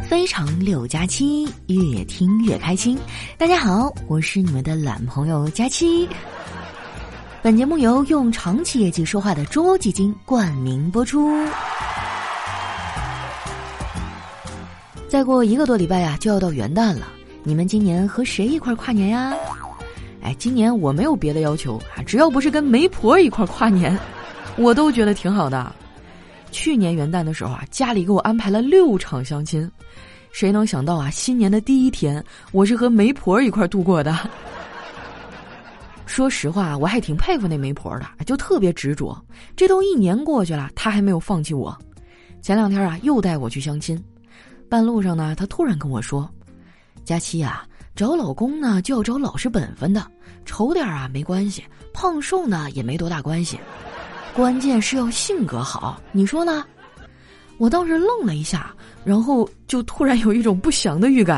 非常6+7，越听越开心。大家好，我是你们的懒朋友佳期。本节目由用长期业绩说话的中欧基金冠名播出。再过1个多礼拜呀，就要到元旦了，你们今年和谁一块跨年呀？今年我没有别的要求啊，只要不是跟媒婆一块跨年，我都觉得挺好的。去年元旦的时候啊，家里给我安排了6场相亲，谁能想到啊，新年的第一天，我是和媒婆一块度过的。说实话，我还挺佩服那媒婆的，就特别执着。这都1年过去了，她还没有放弃我。前2天啊，又带我去相亲，半路上呢，她突然跟我说：“佳期啊，找老公呢就要找老实本分的，丑点啊没关系，胖瘦呢也没多大关系。关键是要性格好，你说呢？”我当时愣了一下，然后就突然有一种不祥的预感。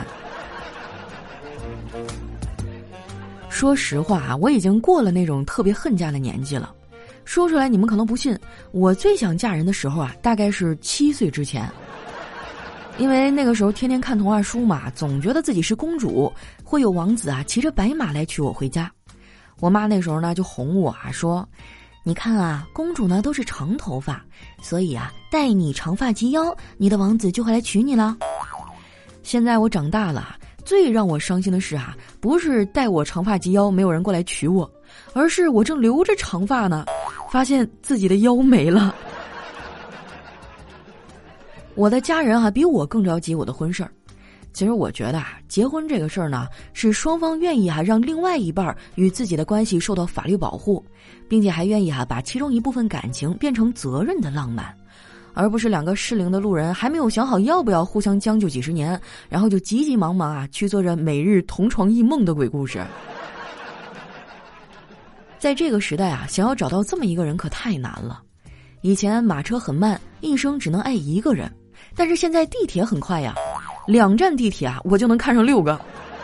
说实话啊，我已经过了那种特别恨嫁的年纪了。说出来你们可能不信，我最想嫁人的时候啊，大概是7岁之前。因为那个时候天天看童话书嘛，总觉得自己是公主，会有王子啊骑着白马来娶我回家。我妈那时候呢就哄我啊，说：“你看啊，公主呢都是长头发，所以啊，待你长发及腰，你的王子就会来娶你了。”现在我长大了，最让我伤心的是啊，不是待我长发及腰没有人过来娶我，而是我正留着长发呢，发现自己的腰没了。我的家人比我更着急我的婚事儿。其实我觉得啊，结婚这个事儿呢，是双方愿意让另外一半与自己的关系受到法律保护，并且还愿意把其中一部分感情变成责任的浪漫，而不是2个适龄的路人还没有想好要不要互相将就几十年，然后就急急忙忙去做着每日同床异梦的鬼故事。在这个时代想要找到这么一个人可太难了。以前马车很慢，一生只能爱1个人，但是现在地铁很快呀，2站地铁我就能看上6个。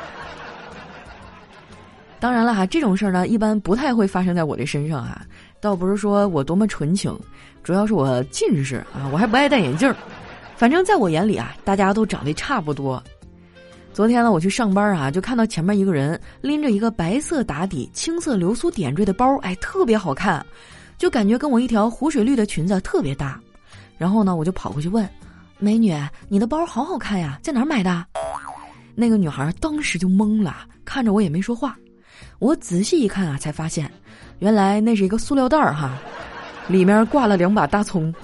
当然了这种事儿呢，一般不太会发生在我的身上倒不是说我多么纯情，主要是我近视我还不爱戴眼镜。反正在我眼里大家都长得差不多。昨天呢，我去上班就看到前面一个人拎着一个白色打底、青色流苏点缀的包，特别好看，就感觉跟我一条湖水绿的裙子特别搭。然后呢，我就跑过去问：“美女，你的包好好看呀，在哪儿买的？”那个女孩当时就懵了，看着我也没说话。我仔细一看才发现，原来那是一个塑料袋里面挂了2把大葱。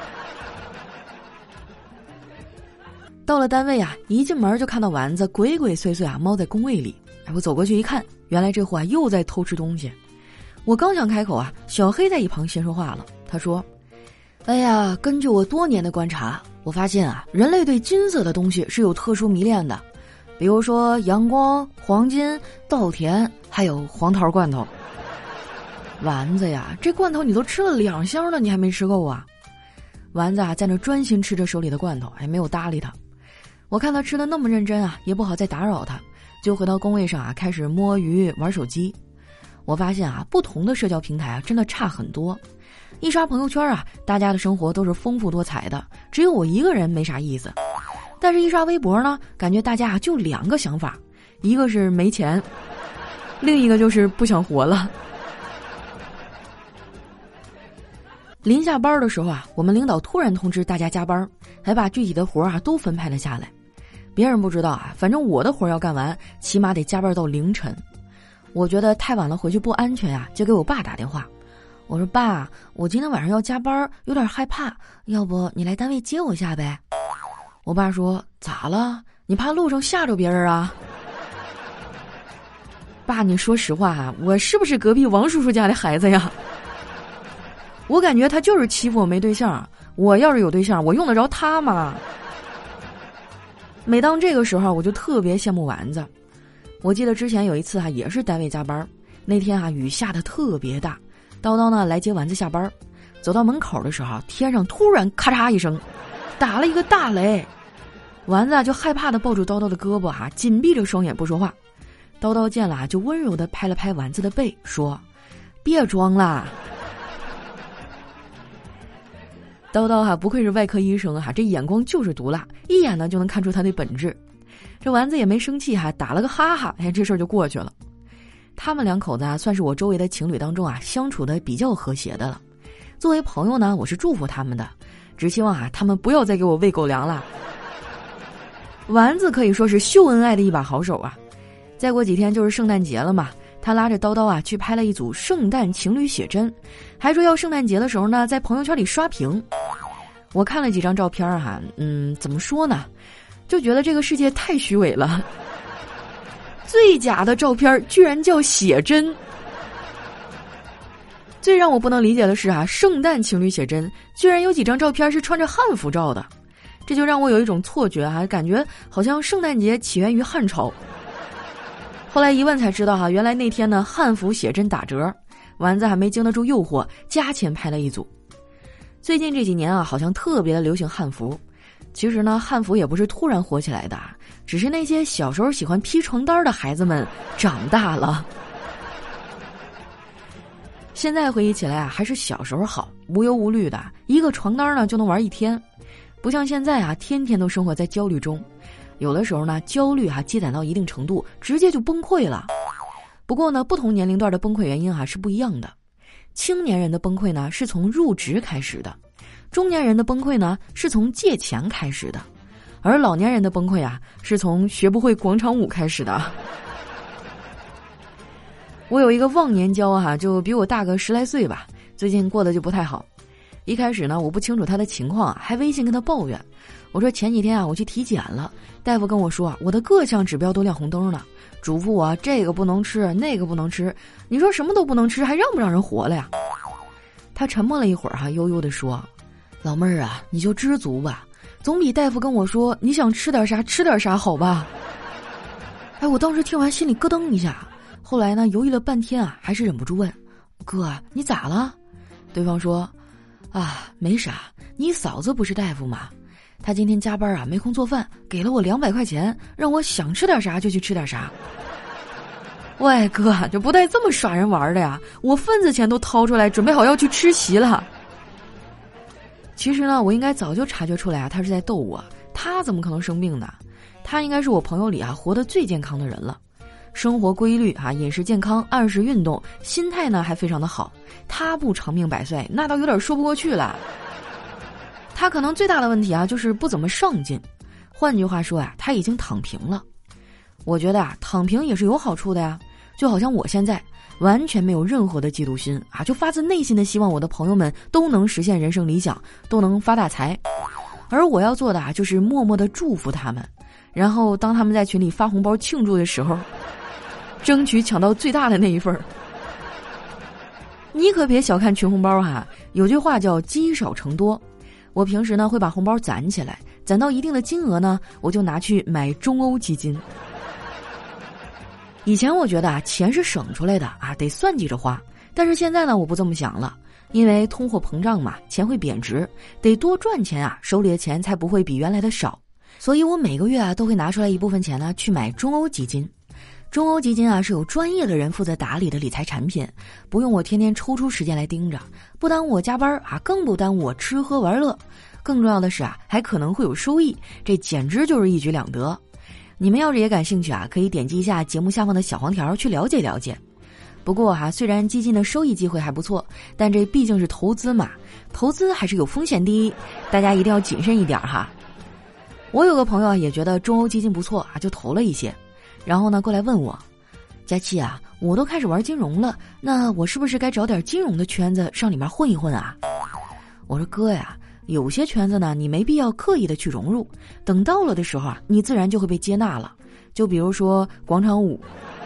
到了单位一进门就看到丸子鬼鬼祟祟猫在工位里。我走过去一看，原来这货又在偷吃东西。我刚想开口小黑在一旁先说话了，他说：“哎呀，根据我多年的观察，我发现人类对金色的东西是有特殊迷恋的，比如说阳光、黄金、稻田，还有黄桃罐头。”丸子呀，这罐头你都吃了2箱了，你还没吃够啊？丸子在那专心吃着手里的罐头，还没有搭理他。我看他吃的那么认真也不好再打扰他，就回到工位上开始摸鱼玩手机。我发现不同的社交平台真的差很多。一刷朋友圈大家的生活都是丰富多彩的，只有我一个人没啥意思。但是一刷微博呢，感觉大家就2个想法，一个是没钱，另一个就是不想活了。临下班的时候我们领导突然通知大家加班，还把具体的活都分派了下来。别人不知道反正我的活要干完，起码得加班到凌晨。我觉得太晚了回去不安全就给我爸打电话。我说：“爸，我今天晚上要加班，有点害怕，要不你来单位接我下呗？”我爸说：“咋了？你怕路上吓着别人啊？”爸，你说实话我是不是隔壁王叔叔家的孩子呀？我感觉他就是欺负我没对象，我要是有对象，我用得着他吗？每当这个时候，我就特别羡慕丸子。我记得之前有一次也是单位加班，那天雨下得特别大，叨叨呢来接丸子下班，走到门口的时候，天上突然咔嚓一声，打了一个大雷。丸子就害怕的抱住叨叨的胳膊紧闭着双眼不说话。叨叨见了就温柔的拍了拍丸子的背，说：“别装啦。” 叨叨不愧是外科医生这眼光就是毒辣，一眼呢就能看出他的本质。这丸子也没生气打了个哈哈，这事儿就过去了。他们两口子算是我周围的情侣当中相处的比较和谐的了。作为朋友呢，我是祝福他们的，只希望他们不要再给我喂狗粮了。丸子可以说是秀恩爱的一把好手再过几天就是圣诞节了嘛，他拉着叨叨去拍了一组圣诞情侣写真，还说要圣诞节的时候呢在朋友圈里刷屏。我看了几张照片怎么说呢，就觉得这个世界太虚伪了。最假的照片居然叫写真。最让我不能理解的是圣诞情侣写真居然有几张照片是穿着汉服照的，这就让我有一种错觉感觉好像圣诞节起源于汉朝。后来一问才知道原来那天呢汉服写真打折，丸子还没经得住诱惑，加钱拍了一组。最近这几年好像特别的流行汉服。其实呢汉服也不是突然火起来的，只是那些小时候喜欢披床单的孩子们长大了。现在回忆起来还是小时候好，无忧无虑的，一个床单呢就能玩一天。不像现在天天都生活在焦虑中，有的时候呢焦虑积攒到一定程度直接就崩溃了。不过呢不同年龄段的崩溃原因是不一样的。青年人的崩溃呢是从入职开始的，中年人的崩溃呢是从借钱开始的，而老年人的崩溃是从学不会广场舞开始的。我有一个忘年交就比我大个10来岁吧，最近过得就不太好。一开始呢我不清楚他的情况还微信跟他抱怨，我说前几天我去体检了，大夫跟我说我的各项指标都亮红灯了，嘱咐我这个不能吃那个不能吃，你说什么都不能吃还让不让人活了呀？他沉默了一会儿悠悠地说，老妹儿你就知足吧，总比大夫跟我说你想吃点啥吃点啥好吧。我当时听完心里咯噔一下，后来呢犹豫了半天还是忍不住问，哥你咋了？对方说没啥，你嫂子不是大夫吗？她今天加班没空做饭，给了我200块钱，让我想吃点啥就去吃点啥。喂哥，这不带这么耍人玩的呀，我份子钱都掏出来准备好要去吃席了。其实呢我应该早就察觉出来他是在逗我，他怎么可能生病呢？他应该是我朋友里活得最健康的人了，生活规律饮食健康，按时运动，心态呢还非常的好。他不长命百岁那倒有点说不过去了。他可能最大的问题就是不怎么上进，换句话说他已经躺平了。我觉得躺平也是有好处的呀，就好像我现在完全没有任何的嫉妒心就发自内心的希望我的朋友们都能实现人生理想，都能发大财。而我要做的就是默默的祝福他们，然后当他们在群里发红包庆祝的时候，争取抢到最大的那一份儿。你可别小看群红包有句话叫积少成多。我平时呢会把红包攒起来，攒到一定的金额呢我就拿去买中欧基金。以前我觉得钱是省出来的得算计着花，但是现在呢我不这么想了，因为通货膨胀嘛，钱会贬值，得多赚钱手里的钱才不会比原来的少。所以我每个月都会拿出来一部分钱呢去买中欧基金。中欧基金是有专业的人负责打理的理财产品，不用我天天抽出时间来盯着，不耽误我加班更不耽误我吃喝玩乐。更重要的是还可能会有收益，这简直就是一举两得。你们要是也感兴趣可以点击一下节目下方的小黄条去了解了解。不过虽然基金的收益机会还不错，但这毕竟是投资嘛，投资还是有风险的，大家一定要谨慎一点我有个朋友也觉得中欧基金不错就投了一些，然后呢过来问我，佳琪我都开始玩金融了，那我是不是该找点金融的圈子上里面混一混我说哥呀，有些圈子呢你没必要刻意的去融入，等到了的时候你自然就会被接纳了。就比如说广场舞。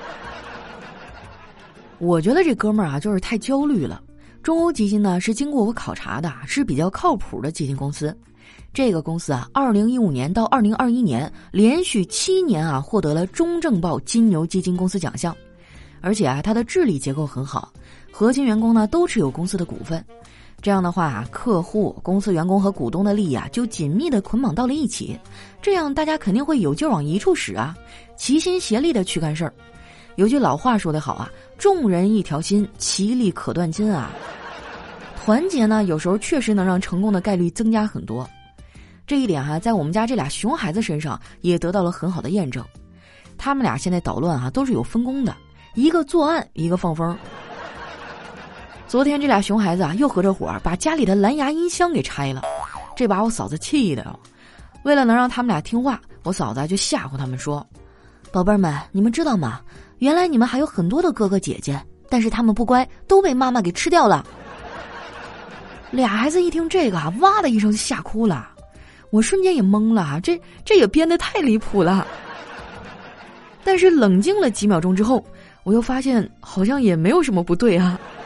我觉得这哥们儿就是太焦虑了。中欧基金呢是经过我考察的，是比较靠谱的基金公司。这个公司2015年到2021年连续7年获得了中证报金牛基金公司奖项，而且它的治理结构很好，核心员工呢都持有公司的股份。这样的话客户、公司员工和股东的利益就紧密的捆绑到了一起，这样大家肯定会有劲往一处使齐心协力的去干事儿。有句老话说得好众人一条心，其利可断金团结呢，有时候确实能让成功的概率增加很多。这一点在我们家这俩熊孩子身上也得到了很好的验证。他们俩现在捣乱都是有分工的，一个作案，一个放风。昨天这俩熊孩子又合着伙把家里的蓝牙音箱给拆了，这把我嫂子气的。为了能让他们俩听话，我嫂子就吓唬他们说：宝贝儿们，你们知道吗？原来你们还有很多的哥哥姐姐，但是他们不乖，都被妈妈给吃掉了。俩孩子一听这个哇的一声就吓哭了。我瞬间也懵了，这也编得太离谱了。但是冷静了几秒钟之后，我又发现好像也没有什么不对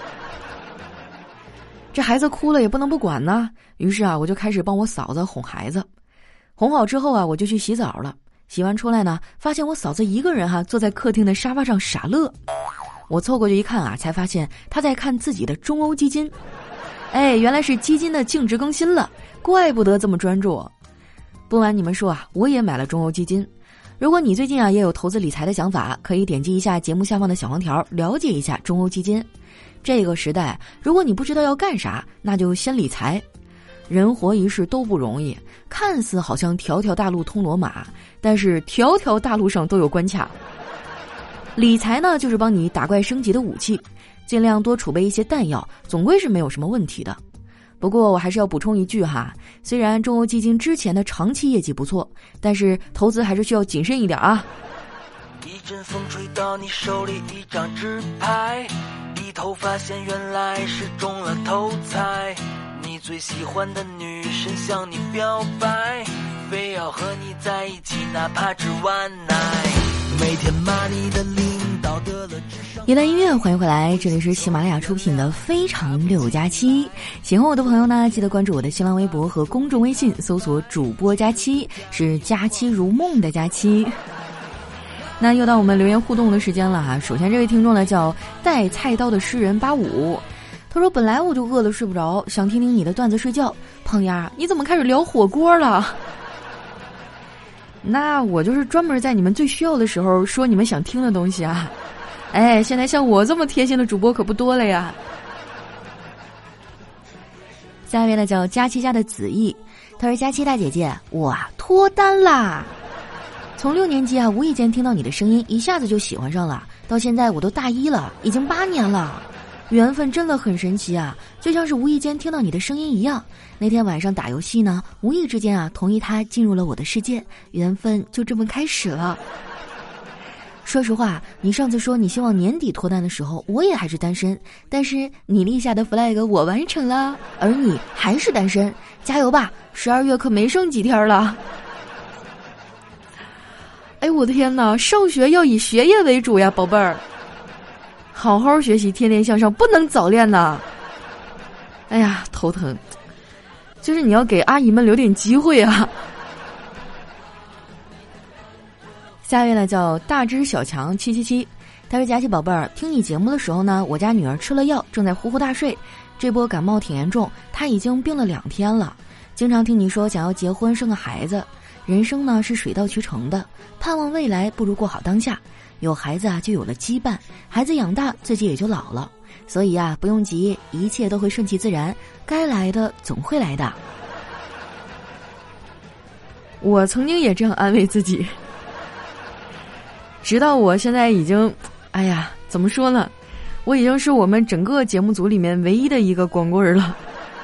这孩子哭了也不能不管呢，于是我就开始帮我嫂子哄孩子。哄好之后我就去洗澡了。洗完出来呢，发现我嫂子一个人坐在客厅的沙发上傻乐。我凑过去一看才发现她在看自己的中欧基金。原来是基金的净值更新了，怪不得这么专注。不瞒你们说我也买了中欧基金。如果你最近也有投资理财的想法，可以点击一下节目下方的小黄条，了解一下中欧基金。这个时代，如果你不知道要干啥，那就先理财。人活一世都不容易，看似好像条条大路通罗马，但是条条大路上都有关卡。理财呢，就是帮你打怪升级的武器，尽量多储备一些弹药，总归是没有什么问题的。不过我还是要补充一句虽然中欧基金之前的长期业绩不错，但是投资还是需要谨慎一点一阵风吹到你手里一张纸牌，低头发现原来是中了头彩。你最喜欢的女神向你表白，非要和你在一起哪怕只玩奶，每天骂你的领导得了智商。 一段音乐，欢迎回来，这里是喜马拉雅出品的非常6加7。喜欢我的朋友呢，记得关注我的新浪微博和公众微信，搜索主播佳期，是佳期如梦的佳期。那又到我们留言互动的时间了首先这位听众呢叫带菜刀的诗人85，他说本来我就饿得睡不着，想听听你的段子睡觉。胖丫，你怎么开始聊火锅了？那我就是专门在你们最需要的时候说你们想听的东西现在像我这么贴心的主播可不多了呀。下一位呢叫佳期家的子毅，他说佳期大姐姐，我脱单啦。从6年级无意间听到你的声音，一下子就喜欢上了，到现在我都大1了，已经8年了。缘分真的很神奇就像是无意间听到你的声音一样。那天晚上打游戏呢，无意之间同意他进入了我的世界，缘分就这么开始了。说实话，你上次说你希望年底脱单的时候，我也还是单身，但是你立下的 flag 我完成了，而你还是单身，加油吧，12月可没剩几天了。我的天哪，上学要以学业为主呀，宝贝儿，好好学习，天天向上，不能早恋呐。哎呀，头疼，就是你要给阿姨们留点机会下一位呢叫大只小强777，他说佳琪宝贝儿，听你节目的时候呢，我家女儿吃了药，正在呼呼大睡，这波感冒挺严重，她已经病了2天了。经常听你说想要结婚生个孩子，人生呢是水到渠成的，盼望未来不如过好当下。有孩子就有了羁绊，孩子养大自己也就老了，所以不用急，一切都会顺其自然，该来的总会来的。我曾经也这样安慰自己，直到我现在已经，怎么说呢，我已经是我们整个节目组里面唯一的一个光棍了。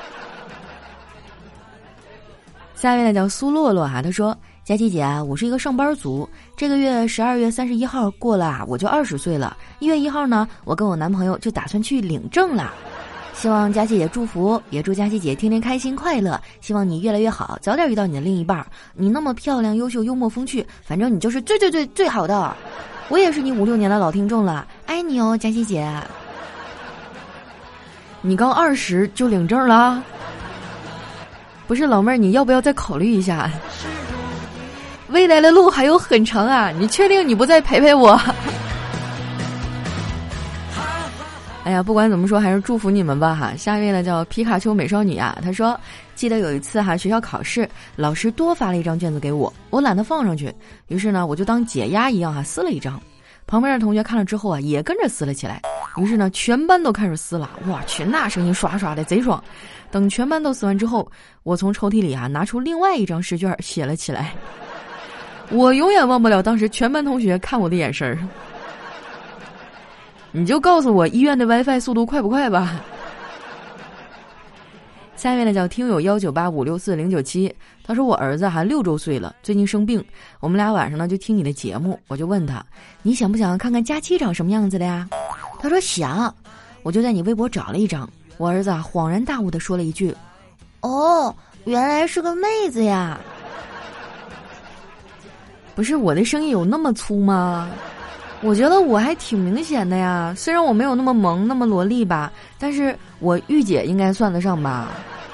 下一位呢叫苏洛洛他说佳琪姐我是一个上班族，这个月12月31号过了我就20岁了，1月1号呢我跟我男朋友就打算去领证了，希望佳琪姐祝福，也祝佳琪姐天天开心快乐，希望你越来越好，早点遇到你的另一半，你那么漂亮优秀幽默风趣，反正你就是最好的，我也是你5、6年的老听众了，爱你哦佳琪姐。你刚20就领证了？不是老妹儿，你要不要再考虑一下？未来的路还有很长你确定你不再陪陪我？哎呀，不管怎么说，还是祝福你们吧下一位呢叫皮卡丘美少女她说记得有一次学校考试，老师多发了一张卷子给我，我懒得放上去，于是呢我就当解压一样撕了一张。旁边的同学看了之后也跟着撕了起来， 于是呢，全班都开始撕了，哇去，那声音刷刷的贼爽。等全班都撕完之后，我从抽屉里拿出另外一张试卷写了起来。我永远忘不了当时全班同学看我的眼神儿。你就告诉我医院的 WiFi 速度快不快吧。下面呢叫听友198564097，他说我儿子6周岁了，最近生病，我们俩晚上呢就听你的节目，我就问他，你想不想看看佳期长什么样子的呀？他说想，我就在你微博找了一张，我儿子恍然大悟地说了一句，哦，原来是个妹子呀。不是我的声音有那么粗吗？我觉得我还挺明显的呀，虽然我没有那么萌那么萝莉吧，但是我御姐应该算得上吧。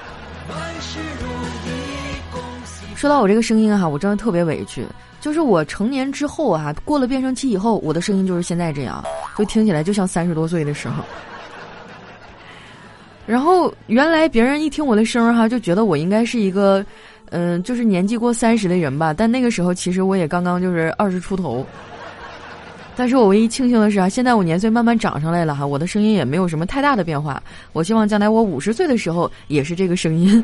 说到我这个声音我真的特别委屈，就是我成年之后过了变声期以后，我的声音就是现在这样，就听起来就像30多岁的时候。然后原来别人一听我的声就觉得我应该是一个就是年纪过30的人吧，但那个时候其实我也刚刚就是20出头。但是我唯一庆幸的是现在我年岁慢慢长上来了我的声音也没有什么太大的变化。我希望将来我50岁的时候也是这个声音。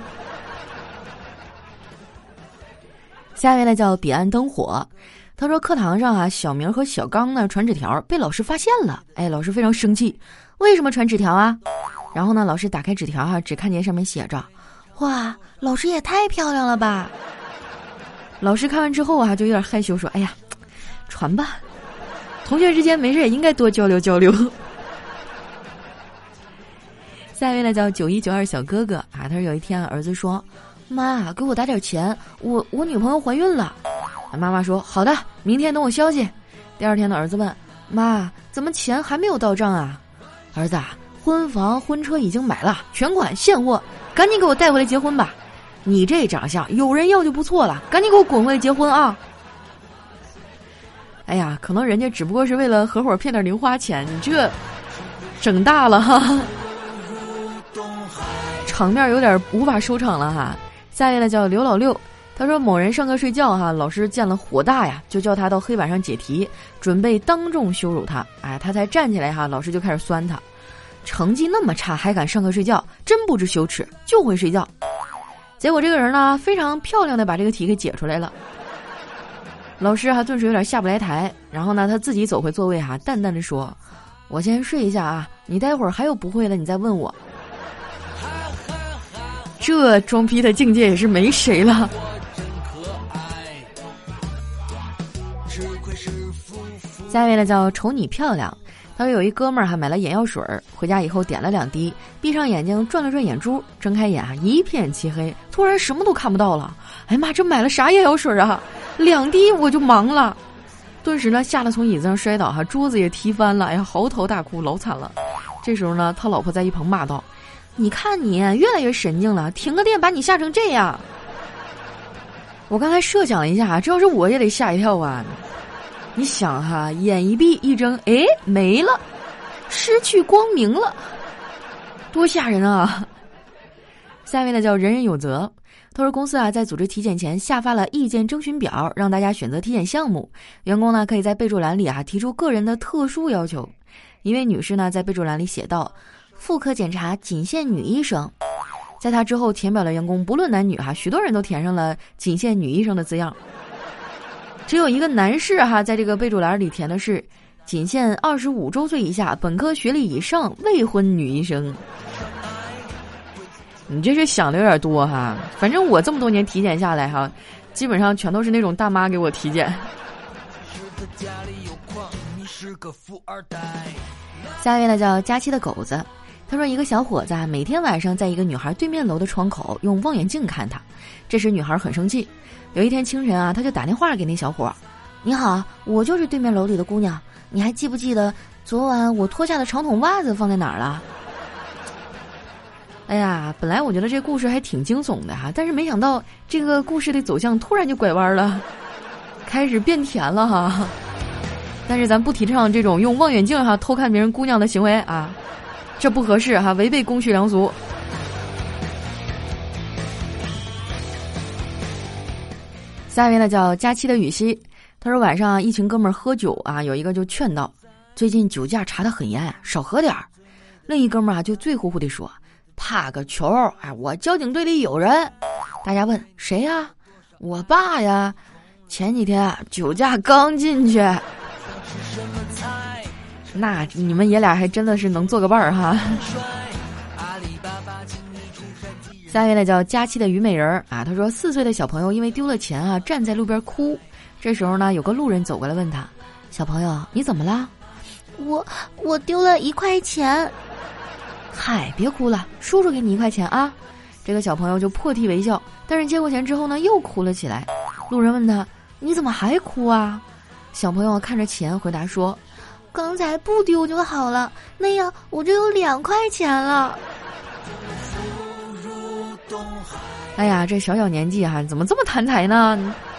下面呢叫彼岸灯火，他说课堂上小明和小刚呢传纸条被老师发现了，老师非常生气，为什么传纸条啊？然后呢老师打开纸条只看见上面写着，哇，老师也太漂亮了吧。老师看完之后就有点害羞说，哎呀，传吧，同学之间没事也应该多交流交流。下一位呢叫9192小哥哥他说有一天儿子说，妈，给我打点钱，我女朋友怀孕了。妈妈说好的，明天等我消息。第二天的儿子问妈，怎么钱还没有到账啊？儿子婚房婚车已经买了，全款现货，赶紧给我带回来结婚吧。你这长相有人要就不错了，赶紧给我滚回来结婚啊。哎呀，可能人家只不过是为了合伙骗点零花钱，你这整大了场面有点无法收场了下一位呢叫刘老六，他说某人上课睡觉老师见了火大呀，就叫他到黑板上解题，准备当众羞辱他。他才站起来老师就开始酸他，成绩那么差还敢上课睡觉，真不知羞耻，就会睡觉。结果这个人呢非常漂亮的把这个题给解出来了。老师顿时有点下不来台，然后呢他自己走回座位淡淡的说，我先睡一下你待会儿还有不会了你再问我。这装逼的境界也是没谁了。下一位呢叫瞅你漂亮，他说有一哥们儿买了眼药水，回家以后点了2滴，闭上眼睛转了转眼珠，睁开眼一片漆黑，突然什么都看不到了。哎妈，这买了啥眼药水2滴我就盲了。顿时呢吓得从椅子上摔倒桌子也踢翻了，嚎啕大哭，老惨了。这时候呢他老婆在一旁骂道，你看你越来越神经了，停个电把你吓成这样。我刚才设想了一下这要是我也得吓一跳你想眼一闭一睁，没了，失去光明了，多吓人啊。下面呢叫人人有责，他说公司在组织体检前下发了意见征询表，让大家选择体检项目，员工呢可以在备注栏里提出个人的特殊要求。一位女士呢在备注栏里写道，妇科检查仅限女医生。在她之后填表的员工不论男女许多人都填上了仅限女医生的字样。只有一个男士在这个备注栏里填的是仅限25周岁以下本科学历以上未婚女医生。你这是想的有点多反正我这么多年体检下来基本上全都是那种大妈给我体检。下一位呢叫佳期的狗子，他说一个小伙子每天晚上在一个女孩对面楼的窗口用望远镜看她，这时女孩很生气。有一天清晨他就打电话给那小伙，你好，我就是对面楼里的姑娘，你还记不记得昨晚我脱下的长筒袜子放在哪儿了？哎呀，本来我觉得这故事还挺惊悚的但是没想到这个故事的走向突然就拐弯了，开始变甜了但是咱不提倡这种用望远镜偷看别人姑娘的行为这不合适违背公序良俗。下一位呢叫佳期的雨熙，他说晚上一群哥们儿喝酒有一个就劝道， 最近酒驾查得很严，少喝点儿。另一哥们儿就醉乎乎地说，怕个球，我交警队里有人。大家问谁呀？我爸呀，前几天酒驾刚进去。那你们爷俩还真的是能做个伴儿哈。下一位呢叫佳期的虞美人啊，他说4岁的小朋友因为丢了钱啊，站在路边哭。这时候呢，有个路人走过来问他，小朋友你怎么了？ 我丢了1块钱。 嗨，别哭了，叔叔给你1块钱啊。这个小朋友就破涕为笑，但是接过钱之后呢，又哭了起来。路人问他，你怎么还哭啊？小朋友看着钱回答说， 刚才不丢就好了，那样我就有2块钱了。 哎呀，这小年纪哈，怎么这么贪财呢？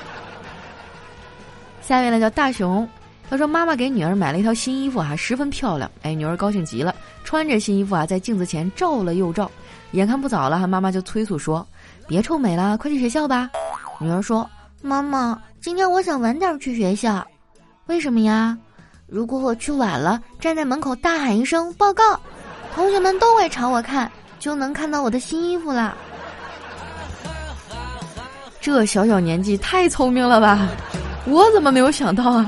下一位呢叫大熊，他说妈妈给女儿买了一套新衣服啊，十分漂亮。女儿高兴极了，穿着新衣服啊，在镜子前照了又照。眼看不早了，妈妈就催促说，别臭美了，快去学校吧。女儿说， 妈妈，今天我想晚点去学校。 为什么呀？ 如果我去晚了，站在门口大喊一声报告，同学们都会朝我看，就能看到我的新衣服了。 这小年纪太聪明了吧，我怎么没有想到啊。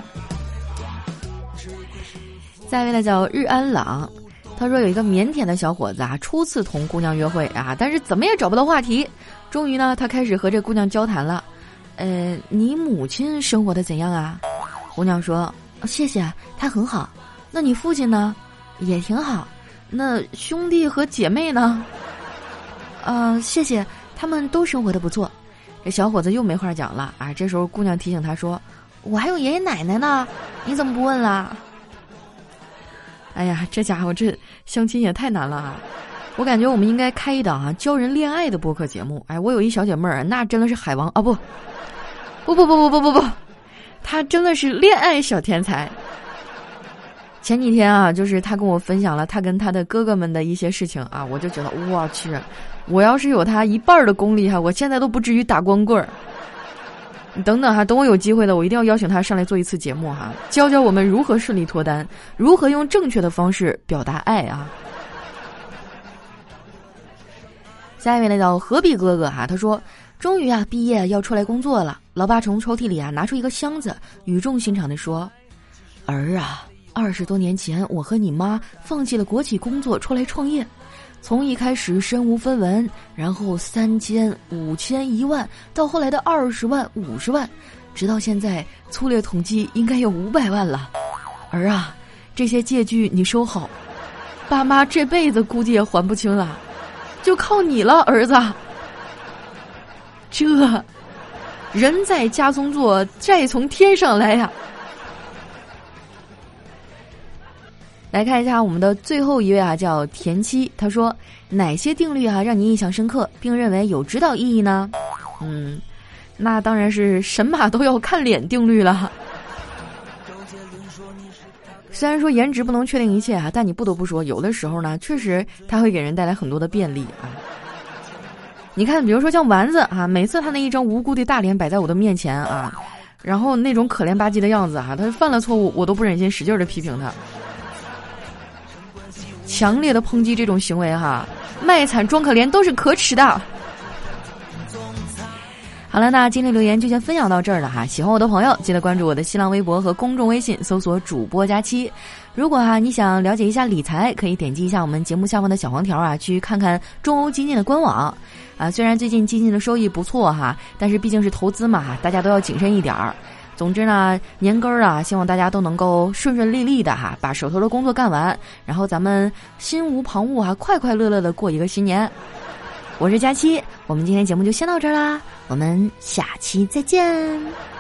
下一位呢叫日安朗，他说有一个腼腆的小伙子啊，初次同姑娘约会啊，但是怎么也找不到话题。终于呢，他开始和这姑娘交谈了。你母亲生活的怎样啊？姑娘说，谢谢，他很好。那你父亲呢？也挺好。那兄弟和姐妹呢？谢谢，他们都生活的不错。这小伙子又没话讲了啊！这时候姑娘提醒他说，我还有爷爷奶奶呢，你怎么不问啦？哎呀，这家伙这相亲也太难了啊！我感觉我们应该开一档啊教人恋爱的播客节目。我有一小姐妹儿，那真的是海王啊！不，她真的是恋爱小天才。前几天啊，就是她跟我分享了她跟她的哥哥们的一些事情啊，我就觉得我去，我要是有她1半的功力哈，我现在都不至于打光棍儿。你等等哈，等我有机会了，我一定要邀请她上来做一次节目哈，教教我们如何顺利脱单，如何用正确的方式表达爱啊。下一位呢叫何必哥哥哈，他说终于啊毕业要出来工作了，老爸从抽屉里啊拿出一个箱子，语重心长地说，儿啊，20多年前我和你妈放弃了国企工作出来创业，从一开始身无分文，然后3000、5000、1万，到后来的20万、50万，直到现在粗略统计应该有500万了。儿啊，这些借据你收好，爸妈这辈子估计也还不清了，就靠你了，儿子。这人在家中坐，债从天上来呀。来看一下我们的最后一位啊，叫田七，他说哪些定律啊让你印象深刻，并认为有指导意义呢？那当然是神马都要看脸定律了。虽然说颜值不能确定一切啊，但你不得不说，有的时候呢，确实它会给人带来很多的便利啊。你看，比如说像丸子啊，每次他那一张无辜的大脸摆在我的面前啊，然后那种可怜吧唧的样子啊，他犯了错误，我都不忍心使劲的批评他。强烈的抨击这种行为哈，卖惨装可怜都是可耻的。好了，那今天留言就先分享到这儿了哈。喜欢我的朋友记得关注我的新浪微博和公众微信，搜索主播佳期。如果你想了解一下理财，可以点击一下我们节目下方的小黄条去看看中欧基金的官网啊。虽然最近基金的收益不错哈，但是毕竟是投资嘛，大家都要谨慎一点儿。总之呢，年根儿希望大家都能够顺顺利利的把手头的工作干完，然后咱们心无旁骛快快乐乐的过一个新年。我是佳期，我们今天节目就先到这儿啦，我们下期再见。